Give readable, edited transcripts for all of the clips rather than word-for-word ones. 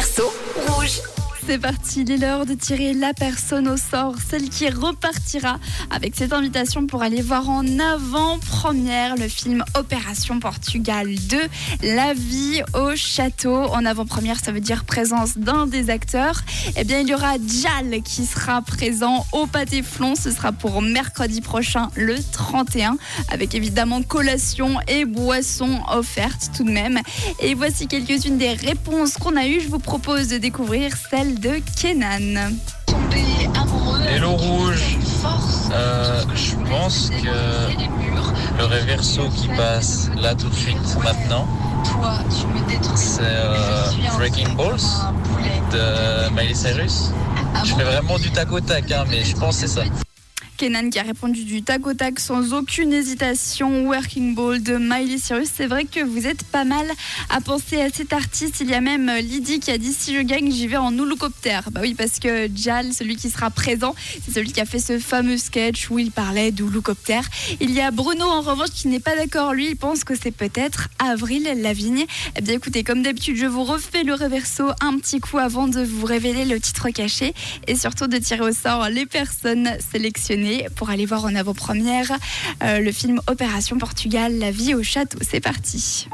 Réverso rouge. C'est parti, il est l'heure de tirer la personne au sort, celle qui repartira avec cette invitation pour aller voir en avant-première le film Opération Portugal 2, La vie au château. En avant-première, ça veut dire présence d'un des acteurs. Eh bien, il y aura Jal qui sera présent au Pâté Flon. Ce sera pour mercredi prochain, le 31, avec évidemment collation et boissons offertes tout de même. Et voici quelques-unes des réponses qu'on a eues. Je vous propose de découvrir celle de Kenan. Hello Rouge, je pense que le Réverso qui passe là tout de suite maintenant, c'est Breaking Balls de Miley Cyrus. Je fais vraiment du tac au tac, mais je pense que c'est ça. Kenan qui a répondu du tac au tac sans aucune hésitation. Working Ball de Miley Cyrus. C'est vrai que vous êtes pas mal à penser à cet artiste. Il y a même Lydie qui a dit si je gagne, j'y vais en houlocoptère. Bah oui, parce que Jal, celui qui sera présent, c'est celui qui a fait ce fameux sketch où il parlait d'houlocoptère. Il y a Bruno en revanche qui n'est pas d'accord. Lui, il pense que c'est peut-être Avril Lavigne. Eh bien écoutez, comme d'habitude, je vous refais le Réverso un petit coup avant de vous révéler le titre caché et surtout de tirer au sort les personnes sélectionnées pour aller voir en avant-première le film Opération Portugal, La vie au château. C'est parti.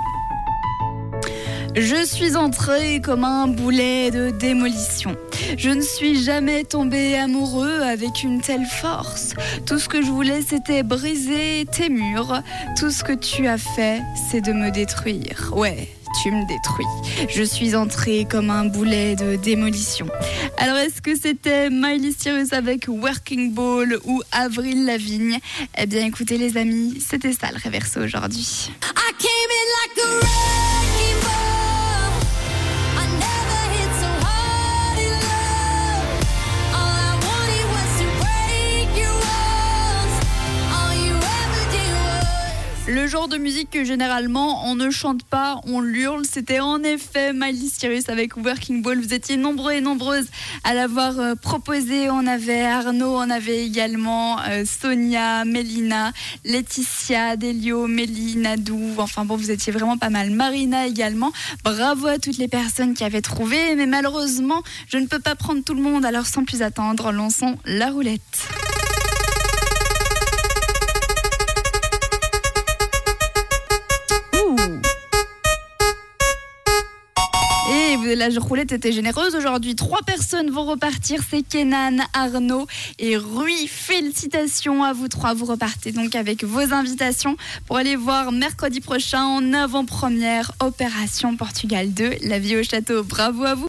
Je suis entrée comme un boulet de démolition. Je ne suis jamais tombée amoureux avec une telle force. Tout ce que je voulais, c'était briser tes murs. Tout ce que tu as fait, c'est de me détruire. Ouais, tu me détruis. Je suis entrée comme un boulet de démolition. Alors, est-ce que c'était Miley Cyrus avec Working Ball ou Avril Lavigne ? Eh bien, écoutez les amis, c'était ça le Réverso aujourd'hui. I came in like a wrecking ball. I never hit so hard in love. All I wanted was to break your walls. All you ever did was... Le genre de musique que généralement on ne chante pas, on l'hurle. C'était en effet Miley Cyrus avec Working Ball. Vous étiez nombreux et nombreuses à l'avoir proposé. On avait Arnaud, on avait également Sonia, Mélina, Laetitia, Delio, Mélie, Nadou. Enfin bon, vous étiez vraiment pas mal. Marina également. Bravo à toutes les personnes qui avaient trouvé. Mais malheureusement, je ne peux pas prendre tout le monde. Alors sans plus attendre, lançons la roulette. Et la roulette était généreuse aujourd'hui. 3 personnes vont repartir. C'est Kenan, Arnaud et Rui. Félicitations à vous 3. Vous repartez donc avec vos invitations pour aller voir mercredi prochain en avant-première Opération Portugal 2, La vie au château. Bravo à vous.